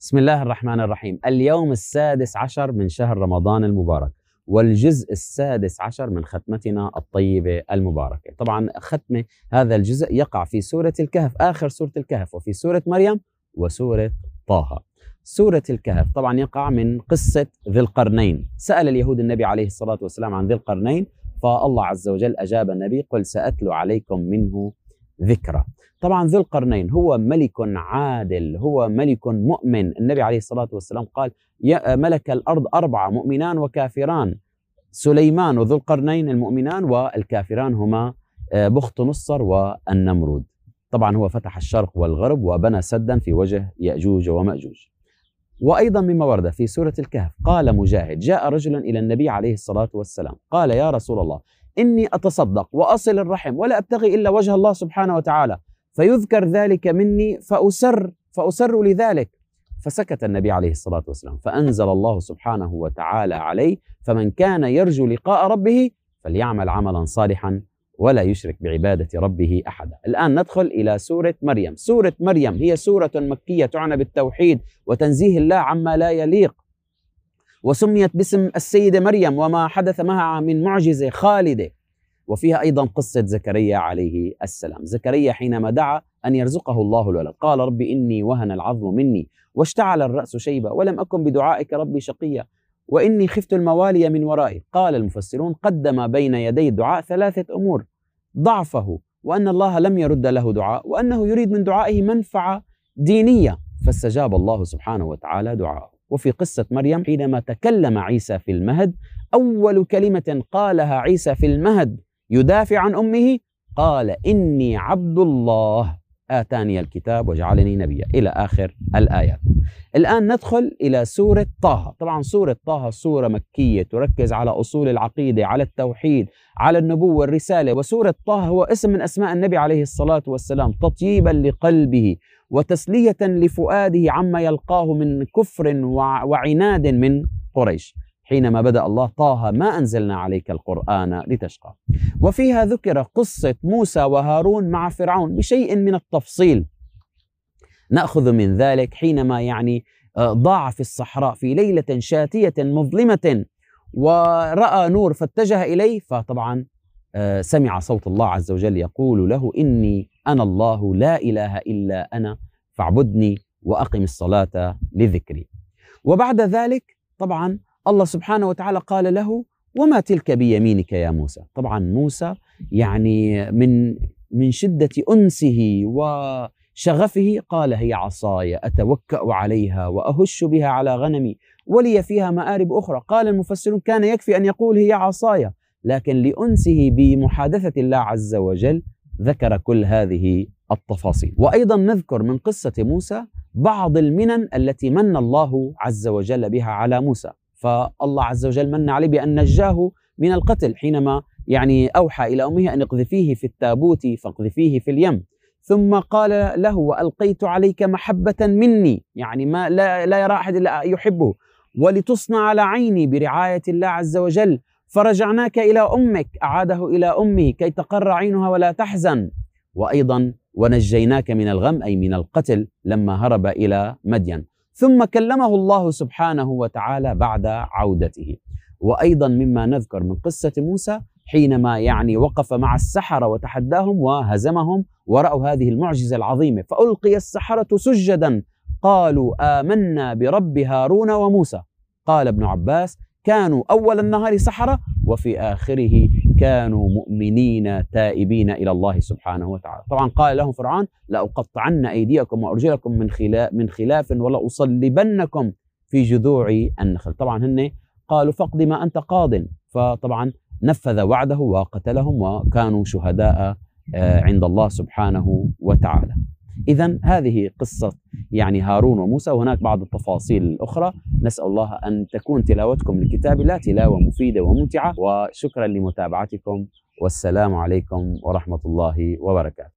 بسم الله الرحمن الرحيم. اليوم 16 من شهر رمضان المبارك، والجزء 16 من ختمتنا الطيبة المباركة. طبعا ختمة هذا الجزء يقع في سورة الكهف، آخر سورة الكهف، وفي سورة مريم وسورة طه. سورة الكهف طبعا يقع من قصة ذي القرنين. سأل اليهود النبي عليه الصلاة والسلام عن ذي القرنين، فالله عز وجل أجاب النبي: قل سأتلو عليكم منه ذكرى. طبعا ذو القرنين هو ملك عادل، هو ملك مؤمن. النبي عليه الصلاة والسلام قال: ملك الأرض 4 مؤمنان وكافران، سليمان وذو القرنين المؤمنان، والكافران هما بخت نصر والنمرود. طبعا هو فتح الشرق والغرب وبنى سدا في وجه يأجوج ومأجوج. وأيضا مما ورد في سورة الكهف قال مجاهد: جاء رجل إلى النبي عليه الصلاة والسلام قال: يا رسول الله، إني أتصدق وأصل الرحم ولا أبتغي إلا وجه الله سبحانه وتعالى، فيذكر ذلك مني فأسر لذلك. فسكت النبي عليه الصلاة والسلام، فأنزل الله سبحانه وتعالى عليه: فمن كان يرجو لقاء ربه فليعمل عملا صالحا ولا يشرك بعبادة ربه أحدا. الآن ندخل إلى سورة مريم. سورة مريم هي سورة مكية تعنى بالتوحيد وتنزيه الله عما لا يليق، وسميت باسم السيدة مريم وما حدث معها من معجزة خالدة. وفيها أيضا قصة زكريا عليه السلام. زكريا حينما دعا أن يرزقه الله الولد قال: رب إني وهن العظم مني واشتعل الرأس شيبا ولم أكن بدعائك ربي شقيا وإني خفت الموالي من ورائي. قال المفسرون: قدم بين يدي الدعاء 3 أمور: ضعفه، وأن الله لم يرد له دعاء، وأنه يريد من دعائه منفعة دينية، فاستجاب الله سبحانه وتعالى دعاءه. وفي قصة مريم حينما تكلم عيسى في المهد، أول كلمة قالها عيسى في المهد يدافع عن أمه قال: إني عبد الله آتاني الكتاب وجعلني نبيا، إلى آخر الآيات. الآن ندخل إلى سورة طه. طبعا سورة طه سورة مكية تركز على أصول العقيدة، على التوحيد، على النبوة والرسالة. وسورة طه هو اسم من أسماء النبي عليه الصلاة والسلام، تطييبا لقلبه وتسلية لفؤاده عما يلقاه من كفر وعناد من قريش. حينما بدأ الله: طه ما أنزلنا عليك القرآن لتشقى. وفيها ذكر قصة موسى وهارون مع فرعون بشيء من التفصيل. نأخذ من ذلك حينما ضاع في الصحراء في ليلة شاتية مظلمة ورأى نور فاتجه إليه، فطبعا سمع صوت الله عز وجل يقول له: إني أنا الله لا إله إلا أنا فاعبدني وأقم الصلاة لذكري. وبعد ذلك طبعا الله سبحانه وتعالى قال له: وما تلك بيمينك يا موسى. طبعا موسى من شدة أنسه وشغفه قال: هي عصاي أتوكأ عليها وأهش بها على غنمي ولي فيها مآرب أخرى. قال المفسرون: كان يكفي أن يقول هي عصاي، لكن لأنسه بمحادثة الله عز وجل ذكر كل هذه التفاصيل. وأيضا نذكر من قصة موسى بعض المنن التي من الله عز وجل بها على موسى. فالله عز وجل من عليه بأن نجاه من القتل حينما أوحى إلى أمه أن اقذفيه في التابوت فاقذفيه في اليم، ثم قال له: وألقيت عليك محبة مني، ما لا يرى أحد إلا يحبه، ولتصنع على عيني برعاية الله عز وجل، فرجعناك إلى أمك، أعاده إلى أمه كي تقر عينها ولا تحزن. وأيضا ونجيناك من الغم، أي من القتل لما هرب إلى مدين. ثم كلمه الله سبحانه وتعالى بعد عودته. وأيضا مما نذكر من قصة موسى حينما وقف مع السحرة وتحداهم وهزمهم ورأوا هذه المعجزة العظيمة، فألقي السحرة سجدا قالوا: آمنا برب هارون وموسى. قال ابن عباس: كانوا أول النهار سحرة وفي آخره كانوا مؤمنين تائبين إلى الله سبحانه وتعالى. طبعا قال لهم فرعون: لأقطعن أيديكم وأرجلكم من خلاف ولأصلبنكم في جذوع النخل. طبعا هن قالوا: فاقض ما أنت قاض، فطبعا نفذ وعده وقتلهم وكانوا شهداء عند الله سبحانه وتعالى. إذن هذه قصة هارون وموسى، وهناك بعض التفاصيل الأخرى. نسأل الله أن تكون تلاوتكم لكتاب الله تلاوة مفيدة وممتعة، وشكرا لمتابعتكم، والسلام عليكم ورحمة الله وبركاته.